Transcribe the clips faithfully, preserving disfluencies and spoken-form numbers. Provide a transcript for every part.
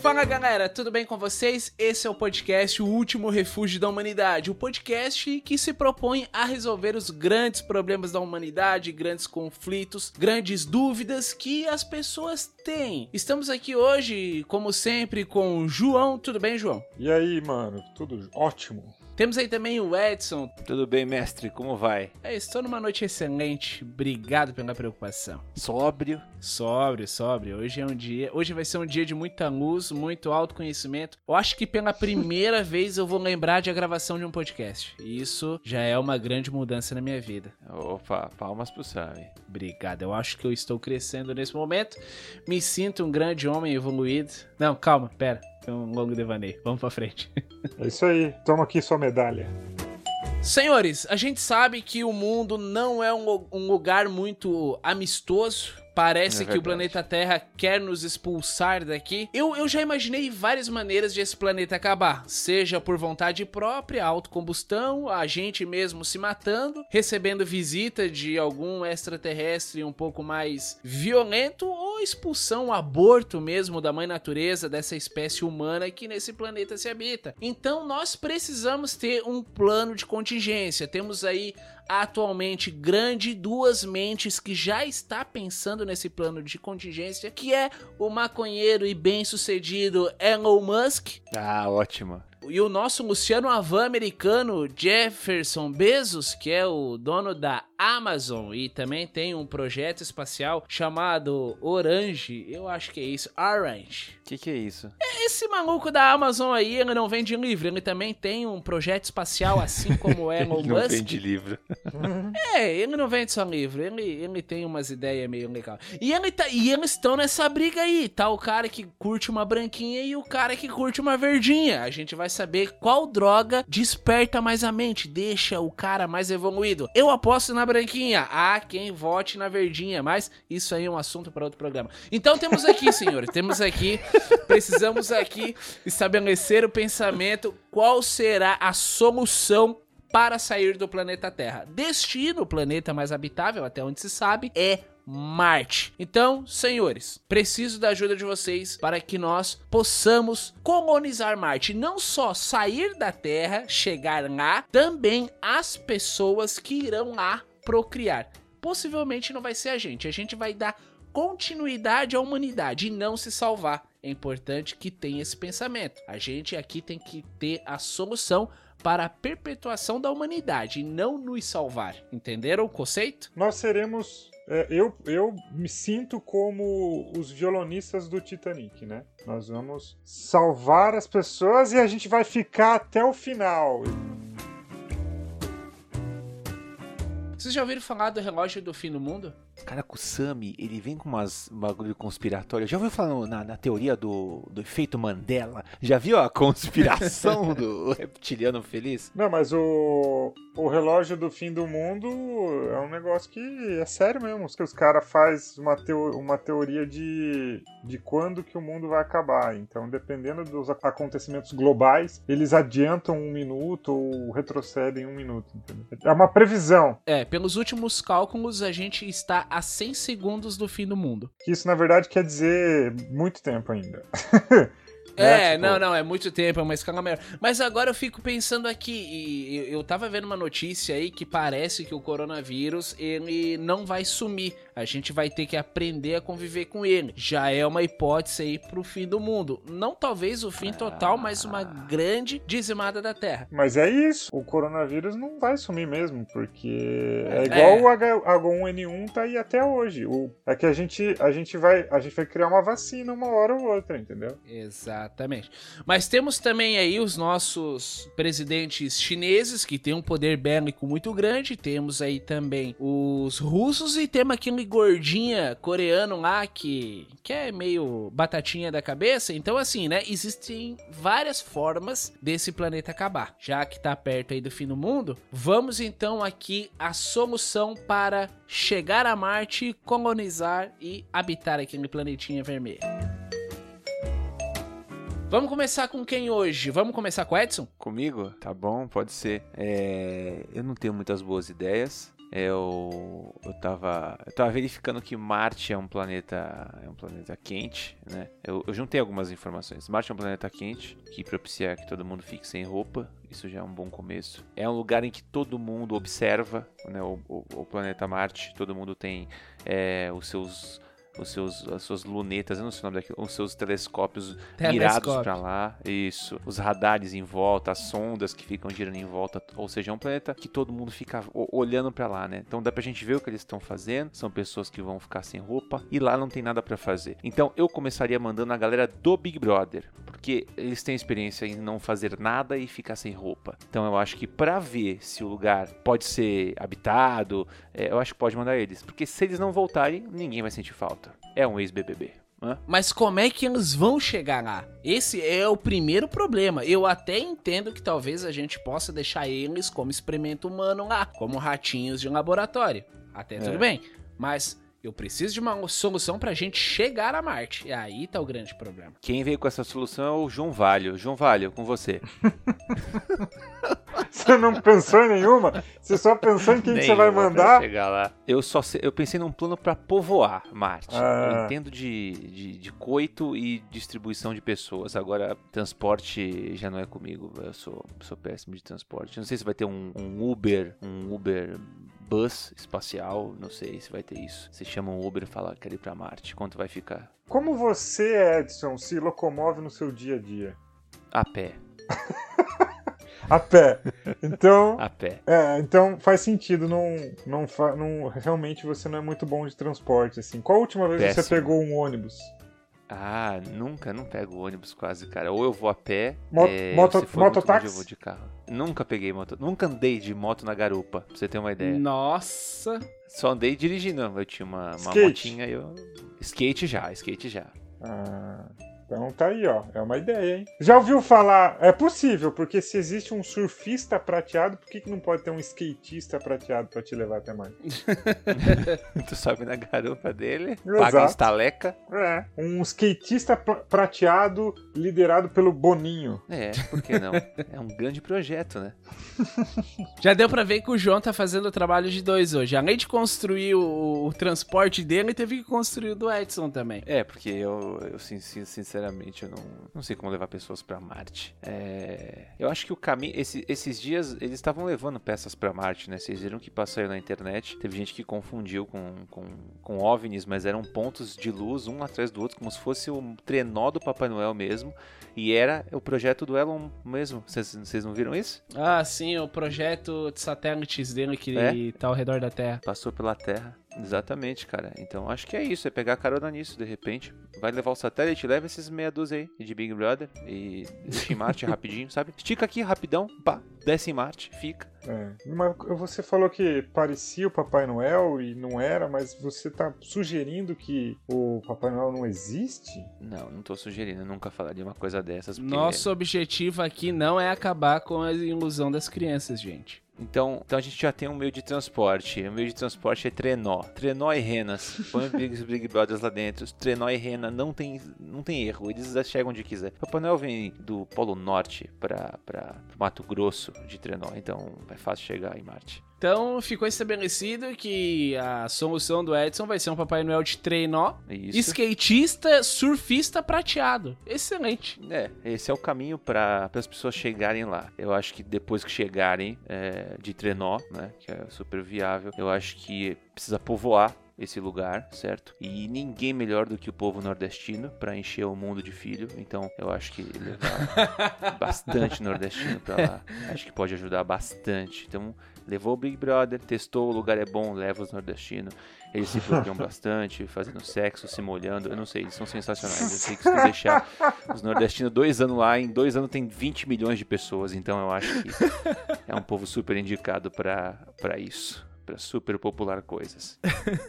Fala galera, tudo bem com vocês? Esse é o podcast O Último Refúgio da Humanidade, o podcast que se propõe a resolver os grandes problemas da humanidade, grandes conflitos, grandes dúvidas que as pessoas têm. Estamos aqui hoje, como sempre, com o João. Tudo bem, João? E aí, mano? Tudo ótimo. Temos aí também o Edson. Tudo bem, mestre? Como vai? É, estou numa noite excelente. Obrigado pela preocupação. Sóbrio? Sóbrio, sóbrio. Hoje é um dia... Hoje vai ser um dia de muita luz, muito autoconhecimento. Eu acho que pela primeira vez eu vou lembrar de a gravação de um podcast. Isso já é uma grande mudança na minha vida. Opa, palmas pro Sami. Obrigado. Eu acho que eu estou crescendo nesse momento. Me sinto um grande homem evoluído. Não, calma, pera. Foi um longo devaneio. Vamos pra frente. É isso aí. Toma aqui sua medalha. Senhores, a gente sabe que o mundo não é um, um lugar muito amistoso. Parece é que o planeta Terra quer nos expulsar daqui. Eu, eu já imaginei várias maneiras de esse planeta acabar. Seja por vontade própria, autocombustão, a gente mesmo se matando, recebendo visita de algum extraterrestre um pouco mais violento, ou expulsão, aborto mesmo da mãe natureza, dessa espécie humana que nesse planeta se habita. Então nós precisamos ter um plano de contingência. Temos aí atualmente grande duas mentes que já está pensando nesse plano de contingência, que é o maconheiro e bem-sucedido Elon Musk. Ah, ótimo. E o nosso Luciano Havan americano Jefferson Bezos, que é o dono da Amazon e também tem um projeto espacial chamado Orange, eu acho que é isso, Orange. O que, que é isso? Esse maluco da Amazon aí, ele não vende livro, ele também tem um projeto espacial assim como o Elon ele Musk. Não vende livro. É, ele não vende só livro, ele, ele tem umas ideias meio legal. E, ele tá, e eles estão nessa briga aí, tá o cara que curte uma branquinha e o cara que curte uma verdinha. A gente vai saber qual droga desperta mais a mente, deixa o cara mais evoluído. Eu aposto na branquinha, há quem vote na verdinha, mas isso aí é um assunto para outro programa. Então temos aqui, senhores, temos aqui, precisamos aqui estabelecer o pensamento, qual será a solução para sair do planeta Terra. Destino, o planeta mais habitável, até onde se sabe, é Marte. Então, senhores, preciso da ajuda de vocês para que nós possamos colonizar Marte. Não só sair da Terra, chegar lá, também as pessoas que irão lá procriar. Possivelmente não vai ser a gente. A gente vai dar continuidade à humanidade e não se salvar. É importante que tenha esse pensamento. A gente aqui tem que ter a solução para a perpetuação da humanidade e não nos salvar. Entenderam o conceito? Nós seremos... É, eu, eu me sinto como os violonistas do Titanic, né? Nós vamos salvar as pessoas e a gente vai ficar até o final. Vocês já ouviram falar do relógio do fim do mundo? Cara, o Sami, ele vem com umas bagulho conspiratório. Já ouviu falar na, na teoria do, do efeito Mandela? Já viu a conspiração do reptiliano feliz? Não, mas o, o relógio do fim do mundo é um negócio que é sério mesmo. Que os caras fazem uma, teo, uma teoria de, de quando que o mundo vai acabar. Então, dependendo dos acontecimentos globais, eles adiantam um minuto ou retrocedem um minuto. Entendeu? É uma previsão. É, pelos últimos cálculos, a gente está a cem segundos do fim do mundo. Que isso, na verdade, quer dizer muito tempo ainda. É, é tipo... não, não, é muito tempo, é uma escala maior. Mas agora eu fico pensando aqui, e eu tava vendo uma notícia aí que parece que o coronavírus, ele não vai sumir. A gente vai ter que aprender a conviver com ele. Já é uma hipótese aí pro fim do mundo. Não talvez o fim total, mas uma grande dizimada da Terra. Mas é isso. O coronavírus não vai sumir mesmo, porque é igual é. o H um N um tá aí até hoje. O... É que a gente, a, gente vai, a gente vai criar uma vacina uma hora ou outra, entendeu? Exatamente. Mas temos também aí os nossos presidentes chineses, que tem um poder bélico muito grande. Temos aí também os russos e temos aquele gordinha coreano lá que, que é meio batatinha da cabeça. Então assim, né, existem várias formas desse planeta acabar. Já que tá perto aí do fim do mundo, vamos então aqui a solução para chegar a Marte, colonizar e habitar aquele planetinha vermelho. Vamos começar com quem hoje? Vamos começar com o Edson? Comigo? Tá bom, pode ser. É... Eu não tenho muitas boas ideias. eu, eu, tava, eu tava verificando que Marte é um planeta, é um planeta quente, né? Eu, eu juntei algumas informações. Marte é um planeta quente, que propicia que todo mundo fique sem roupa. Isso já é um bom começo. É um lugar em que todo mundo observa, né, o, o, o planeta Marte. Todo mundo tem é, os seus... Os seus, as suas lunetas, eu não sei o nome daquilo, os seus telescópios mirados pra lá, isso, os radares em volta, as sondas que ficam girando em volta, ou seja, é um planeta que todo mundo fica olhando pra lá, né? Então dá pra gente ver o que eles estão fazendo, são pessoas que vão ficar sem roupa e lá não tem nada pra fazer. Então eu começaria mandando a galera do Big Brother, porque eles têm experiência em não fazer nada e ficar sem roupa. Então eu acho que pra ver se o lugar pode ser habitado, é, eu acho que pode mandar eles, porque se eles não voltarem, ninguém vai sentir falta. É um ex-B B B. Hã? Mas como é que eles vão chegar lá? Esse é o primeiro problema. Eu até entendo que talvez a gente possa deixar eles como experimento humano lá, como ratinhos de laboratório. Até é. Tudo bem. Mas eu preciso de uma solução pra gente chegar a Marte. E aí tá o grande problema. Quem veio com essa solução é o João Valho. João Valho, com você. Você não pensou em nenhuma? Você só pensou em quem que você vai mandar? Chegar lá. Eu só sei, eu pensei num plano pra povoar Marte. Ah. Eu entendo de, de, de coito e distribuição de pessoas. Agora, transporte já não é comigo. Eu sou, sou péssimo de transporte. Não sei se vai ter um, um Uber, um Uber bus espacial. Não sei se vai ter isso. Você chama um Uber e fala, quero ir pra Marte. Quanto vai ficar? Como você, Edson, se locomove no seu dia a dia? A pé. A pé. Então, a pé. É, então faz sentido. Não, não, não, realmente você não é muito bom de transporte. Assim. Qual a última vez Péssimo. Você pegou um ônibus? Ah, nunca, não pego ônibus quase, cara. Ou eu vou a pé, Mo é, moto, se for mototáxi? Eu vou de carro. Nunca peguei moto, nunca andei de moto na garupa, pra você ter uma ideia. Nossa! Só andei dirigindo, eu tinha uma, uma motinha e eu... Skate já, skate já. Ah... Então tá aí, ó. É uma ideia, hein? Já ouviu falar... É possível, porque se existe um surfista prateado, por que, que não pode ter um skatista prateado pra te levar até mais? Tu sobe na garupa dele, Exato. Paga a estaleca. É. Um skatista prateado liderado pelo Boninho. É, por que não? É um grande projeto, né? Já deu pra ver que o João tá fazendo o trabalho de dois hoje. Além de construir o, o transporte dele, teve que construir o do Edson também. É, porque eu, eu sinceramente... Sinceramente, eu não, não sei como levar pessoas pra Marte. É, eu acho que o caminho... Esse, esses dias, eles estavam levando peças pra Marte, né? Vocês viram que passou aí na internet. Teve gente que confundiu com, com, com OVNIs, mas eram pontos de luz, um atrás do outro, como se fosse o trenó do Papai Noel mesmo. E era o projeto do Elon mesmo. Vocês não viram isso? Ah, sim. O projeto de satélites dele que é? tá ao redor da Terra. Passou pela Terra. Exatamente, cara. Então acho que é isso, é pegar carona nisso, de repente. Vai levar o satélite, leva esses meia dúzia aí de Big Brother e deixa em Marte rapidinho, sabe? Estica aqui rapidão, pá, desce em Marte, fica. É, mas você falou que parecia o Papai Noel e não era, mas você tá sugerindo que o Papai Noel não existe? Não, não tô sugerindo, eu nunca falaria uma coisa dessas. Porque... Nosso objetivo aqui não é acabar com a ilusão das crianças, gente. Então, então a gente já tem um meio de transporte. O meio de transporte é trenó. Trenó e renas. Põe os Big, Big Brothers lá dentro. Trenó e rena não tem, não tem erro. Eles chegam onde quiser. O Papai Noel vem do Polo Norte para Mato Grosso de trenó. Então é fácil chegar em Marte. Então ficou estabelecido que a solução do Edson vai ser um Papai Noel de trenó, Isso. skatista, surfista prateado. Excelente. É, esse é o caminho para as pessoas chegarem lá. Eu acho que depois que chegarem é, de trenó, né, que é super viável, eu acho que precisa povoar esse lugar, certo? E ninguém melhor do que o povo nordestino para encher o mundo de filho. Então eu acho que levar bastante nordestino para lá, acho que pode ajudar bastante. Então levou o Big Brother, testou, o lugar é bom, leva os nordestinos. Eles se bloqueiam bastante, fazendo sexo, se molhando. Eu não sei, eles são sensacionais. Eu sei que se tu deixar os nordestinos dois anos lá, em dois anos tem vinte milhões de pessoas. Então eu acho que é um povo super indicado para para isso. Pra super popular coisas.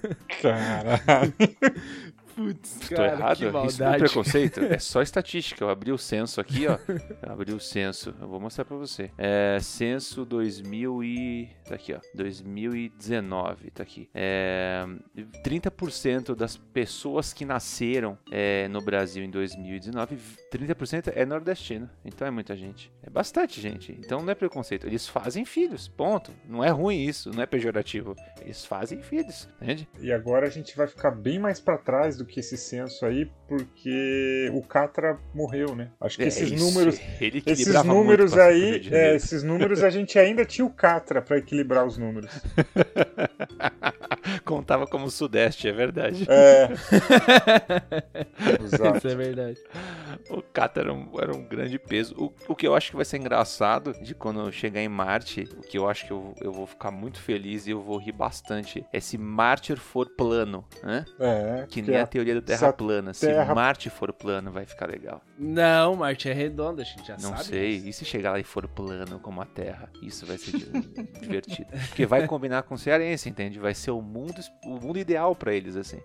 Caralho. Putz, Tô cara, errado? que maldade. Isso não é preconceito? É só estatística. Eu abri o censo aqui, ó. Eu abri o censo. Eu vou mostrar pra você. É, censo dois mil e... Tá aqui, ó. dois mil e dezenove. Tá aqui. É, trinta por cento das pessoas que nasceram é, no Brasil em dois mil e dezenove, trinta por cento é nordestino. Então é muita gente. É É bastante gente. Então não é preconceito. Eles fazem filhos, ponto. Não é ruim isso, não é pejorativo. Eles fazem filhos, entende? E agora a gente vai ficar bem mais pra trás do que esse censo aí, porque o Catra morreu, né? Acho que É esses isso. números, Ele esses equilibrava números muito com a aí, família de é, medo. esses números a gente ainda tinha o Catra pra equilibrar os números. Contava como Sudeste, é verdade. É. Exato. Isso é verdade. O Catra era um, era um grande peso. O, o que eu acho que vai ser engraçado de quando eu chegar em Marte, o que eu acho que eu, eu vou ficar muito feliz e eu vou rir bastante, é se Marte for plano, né? É, Que porque nem a a- teoria do se Terra a plana. Se Terra- Marte for plano, vai ficar legal. Não, Marte é redonda, a gente já Não sabe. sei. disso. E se chegar lá e for plano como a Terra? Isso vai ser di- divertido. Porque vai combinar com o cearense, entende? Vai ser o mundo, o mundo ideal pra eles, assim.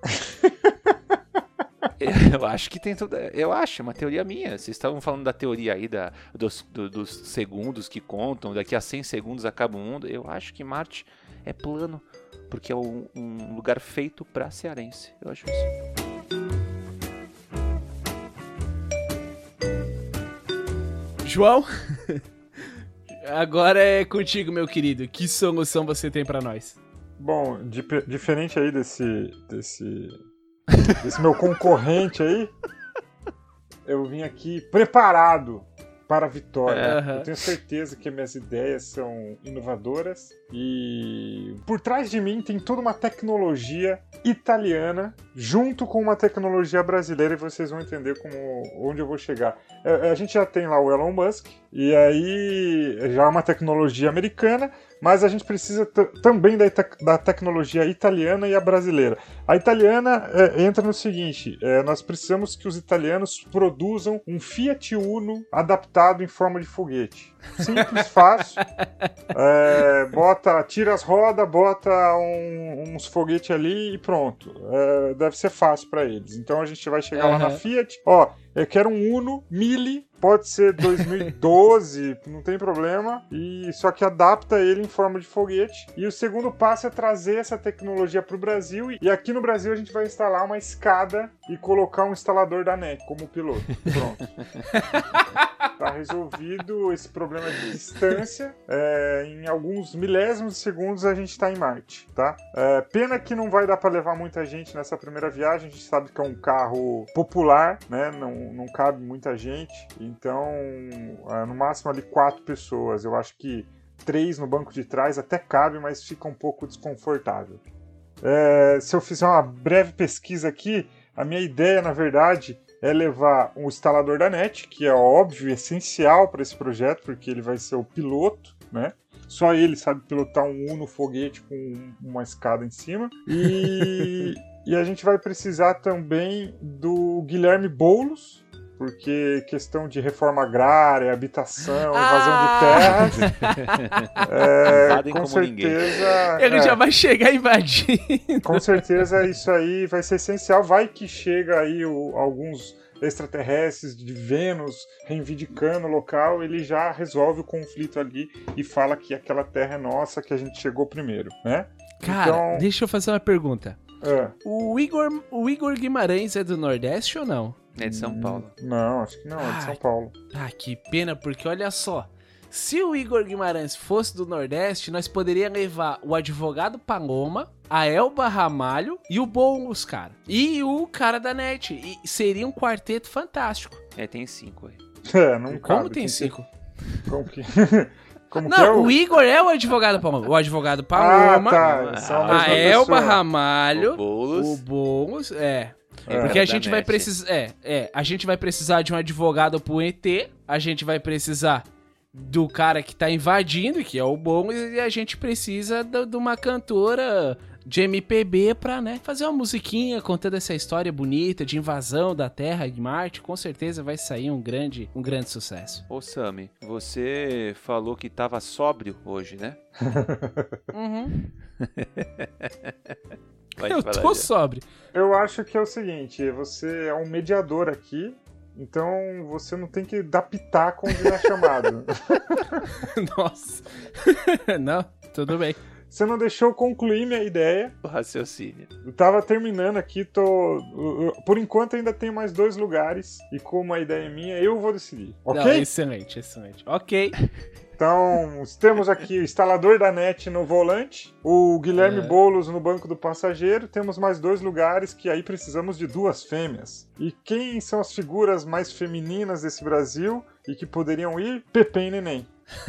Eu acho que tem tudo. Eu acho, é uma teoria minha. Vocês estavam falando da teoria aí da, dos, do- dos segundos que contam, daqui a cem segundos acaba o mundo. Eu acho que Marte é plano, porque é um, um lugar feito pra cearense. Eu acho isso. João, agora é contigo, meu querido. Que solução você tem pra nós? Bom, dip- diferente aí desse, desse, desse meu concorrente aí, eu vim aqui preparado para a vitória. É. Aham. Eu tenho certeza que minhas ideias são inovadoras e por trás de mim tem toda uma tecnologia italiana junto com uma tecnologia brasileira e vocês vão entender como, onde eu vou chegar. É, a gente já tem lá o Elon Musk e aí já é uma tecnologia americana, mas a gente precisa t- também da, ita- da tecnologia italiana e a brasileira. A italiana é, entra no seguinte, é, nós precisamos que os italianos produzam um Fiat Uno adaptado em forma de foguete. Simples, fácil. É, bota, tira as rodas, bota um- uns foguetes ali e pronto. É, deve ser fácil para eles. Então a gente vai chegar lá na Aham. Fiat. Ó, eu quero um Uno Mille, pode ser dois mil e doze, não tem problema. E só que adapta ele em forma de foguete. E o segundo passo é trazer essa tecnologia para o Brasil. E aqui no Brasil a gente vai instalar uma escada e colocar um instalador da N E C como piloto. Pronto. Tá resolvido esse problema de distância. É, em alguns milésimos de segundos a gente está em Marte, tá? É, pena que não vai dar para levar muita gente nessa primeira viagem. A gente sabe que é um carro popular, né? Não, não cabe muita gente. Então, é, no máximo ali quatro pessoas. Eu acho que três no banco de trás até cabe, mas fica um pouco desconfortável. É, se eu fizer uma breve pesquisa aqui, a minha ideia, na verdade, é levar um instalador da N E T, que é óbvio, essencial para esse projeto, porque ele vai ser o piloto, né? Só ele sabe pilotar um Uno foguete com uma escada em cima. E, e a gente vai precisar também do Guilherme Boulos, porque questão de reforma agrária, habitação, invasão Ah! de terras, é, Invadem com como ninguém. certeza... Ele é, já vai chegar invadindo. com certeza isso aí vai ser essencial. Vai que chega aí o- alguns extraterrestres de Vênus reivindicando o local, ele já resolve o conflito ali e fala que aquela terra é nossa, que a gente chegou primeiro, né? Cara, Então- deixa eu fazer uma pergunta. É. O Igor, o Igor Guimarães é do Nordeste ou não? É de São Paulo. Não, acho que não, é de São Ai. Paulo. Ah, que pena, porque olha só. Se o Igor Guimarães fosse do Nordeste, nós poderíamos levar o advogado Paloma, a Elba Ramalho e o Boulos, cara. E o cara da N E T. E seria um quarteto fantástico. É, tem cinco aí. É, não Como cabe. tem que- cinco? Como que... Como que é Não, o... o Igor é o advogado Paloma. O advogado Ah, Paloma, tá. São a Ah, mesma a Elba pessoa. Ramalho, O Boulos. o Boulos, é. É. Porque a da gente vai N E T. precisar. É, é. A gente vai precisar de um advogado pro E T. A gente vai precisar do cara que tá invadindo, que é o Boulos, e a gente precisa do- de uma cantora de M P B pra, né, fazer uma musiquinha contando essa história bonita de invasão da Terra de Marte. Com certeza vai sair um grande, um grande sucesso. Ô, Sami, você falou que tava sóbrio hoje, né? Uhum. Pode Eu falar, tô já. sóbrio. Eu acho que é o seguinte, você é um mediador aqui, então você não tem que dar pitaco onde não é chamado. Nossa. Não, tudo bem. você não deixou eu concluir minha ideia. O raciocínio. Eu tava terminando aqui, tô... Por enquanto ainda tem mais dois lugares, e como a ideia é minha, eu vou decidir, ok? Não, excelente, excelente. Ok. Então, temos aqui o instalador da net no volante, o Guilherme É. Boulos no banco do passageiro, temos mais dois lugares que aí precisamos de duas fêmeas. E quem são as figuras mais femininas desse Brasil e que poderiam ir? Pepe e Neném.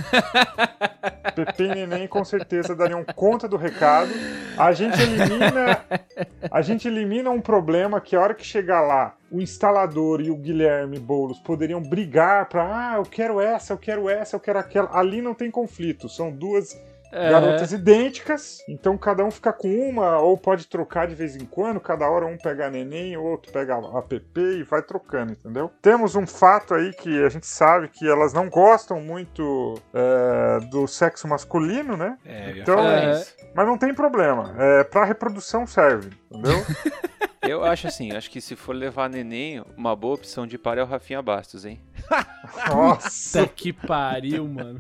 Pepe e Neném com certeza dariam conta do recado. A gente elimina a gente elimina um problema que a hora que chegar lá, o instalador e o Guilherme Boulos poderiam brigar pra, ah, eu quero essa, eu quero essa, eu quero aquela. Ali não tem conflito, são duas É. garotas idênticas, então cada um fica com uma, ou pode trocar de vez em quando, cada hora um pega a Neném, o outro pega a Pepe e vai trocando, entendeu? Temos um fato aí que a gente sabe que elas não gostam muito é, do sexo masculino, né? É, eu ia Então, falar é. isso. Mas não tem problema, é, pra reprodução serve, entendeu? Eu acho assim, acho que se for levar neném, uma boa opção de par é o Rafinha Bastos, hein? Nossa! Puta que pariu, mano.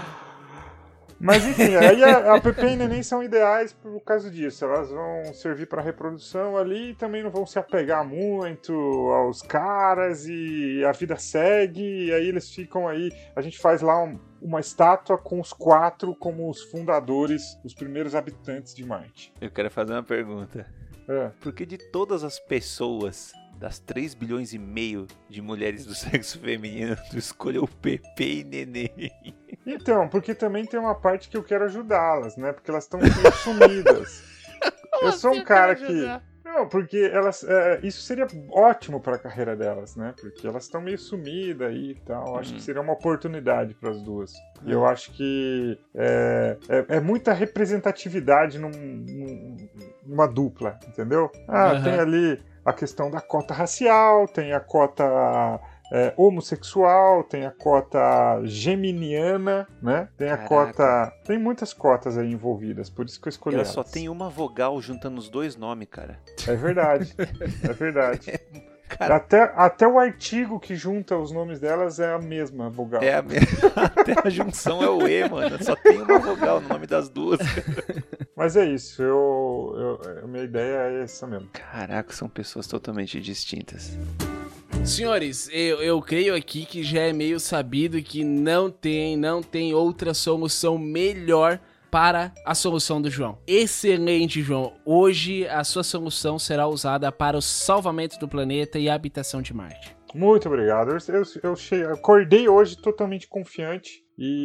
Mas enfim, aí a, a Pepe e Neném são ideais por causa disso. Elas vão servir para reprodução ali e também não vão se apegar muito aos caras e a vida segue. E aí eles ficam aí. A gente faz lá um, uma estátua com os quatro como os fundadores, os primeiros habitantes de Marte. Eu quero fazer uma pergunta. É. Por que de todas as pessoas, das três bilhões e meio de mulheres do sexo feminino, tu escolheu o Pepe e Neném? Então, porque também tem uma parte que eu quero ajudá-las, né? Porque elas estão meio sumidas. Eu sou um cara que. Não, porque elas. É, isso seria ótimo para a carreira delas, né? Porque elas estão meio sumidas aí e tal. Acho Hum. que seria uma oportunidade para as duas. E eu acho que é, é, é muita representatividade num, num- numa dupla, entendeu? Ah, Aham. tem ali a questão da cota racial, tem a cota. É, homossexual, tem a cota geminiana, né? Tem a Caraca. cota. Tem muitas cotas aí envolvidas, por isso que eu escolhi Ela elas. só tem uma vogal juntando os dois nomes, cara. É verdade. É verdade. Cara, Até, até o artigo que junta os nomes delas é a mesma vogal. é a mesma. Até a junção é o E, mano. Só tem uma vogal no nome das duas. Mas é isso, eu, eu, a minha ideia é essa mesmo. Caraca, são pessoas totalmente distintas. Senhores, eu, eu creio aqui que já é meio sabido que não tem, não tem outra solução melhor para a solução do João. Excelente, João. Hoje a sua solução será usada para o salvamento do planeta e a habitação de Marte. Muito obrigado. Eu, eu, eu che- acordei hoje totalmente confiante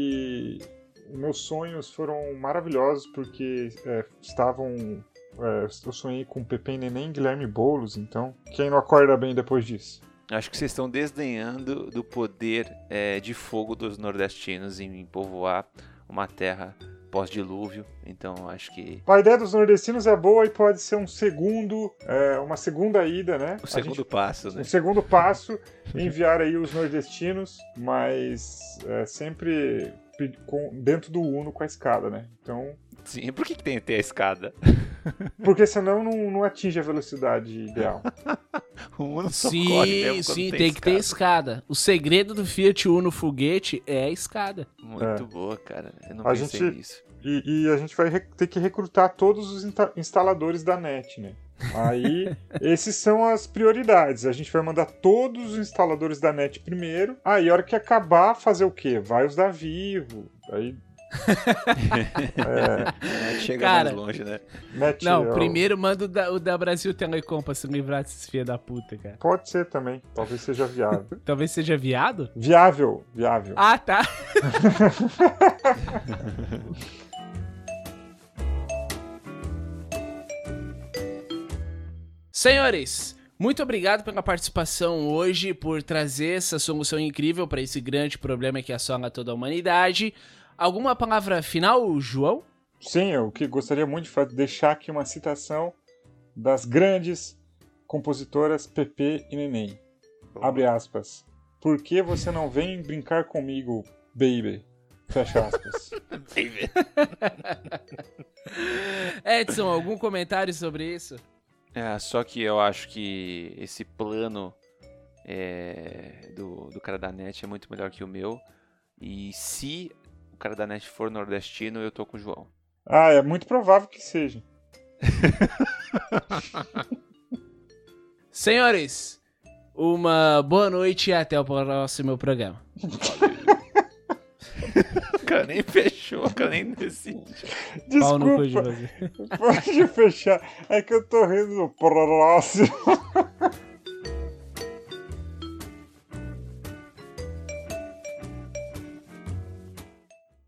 e meus sonhos foram maravilhosos porque é, estavam. É, eu sonhei com Pepe e Neném e Guilherme Boulos, então quem não acorda bem depois disso? Acho que vocês estão desdenhando do poder é, de fogo dos nordestinos em povoar uma terra pós-dilúvio. Então acho que A ideia dos nordestinos é boa e pode ser um segundo, é, uma segunda ida, né? o A segundo gente- passo, né? um segundo passo, enviar aí os nordestinos, mas é, sempre pe- com- dentro do Uno com a escada, né? Então, Sim, por que, que tem que ter a escada? porque senão não, não atinge a velocidade ideal. O Uno só corre Sim, mesmo quando sim, tem, tem que ter escada. O segredo do Fiat Uno foguete é a escada. Muito É. boa, cara. Eu não A pensei gente- nisso. E, e a gente vai re- ter que recrutar todos os insta- instaladores da net, né? Aí, esses são as prioridades. A gente vai mandar todos os instaladores da net primeiro. Aí, a hora que acabar, fazer o quê? Vai os da Vivo. Aí, É, chega Cara, mais longe, né? net Não, é o- primeiro manda o da, o da Brasil Telecom pra se livrar desses filha da puta, cara. Pode ser também. Talvez seja viável. Talvez seja viado? Viável, viável. Ah, tá. Senhores, muito obrigado pela participação hoje, por trazer essa solução incrível para esse grande problema que assola toda a humanidade. Alguma palavra final, João? Sim, eu que gostaria muito de fa- deixar aqui uma citação das grandes compositoras Pepe e Neném. Abre aspas. Por que você não vem brincar comigo, baby? Fecha aspas. Edson, algum comentário sobre isso? É, só que eu acho que esse plano é, do, do cara da net é muito melhor que o meu. E se o cara da net for nordestino, eu tô com o João. Ah, é muito provável que seja. Senhores, uma boa noite e até o próximo programa. O cara nem fechou, o cara nem decidiu. Pau no cu de Desculpa, você. pode fechar. É que eu tô rindo do próximo.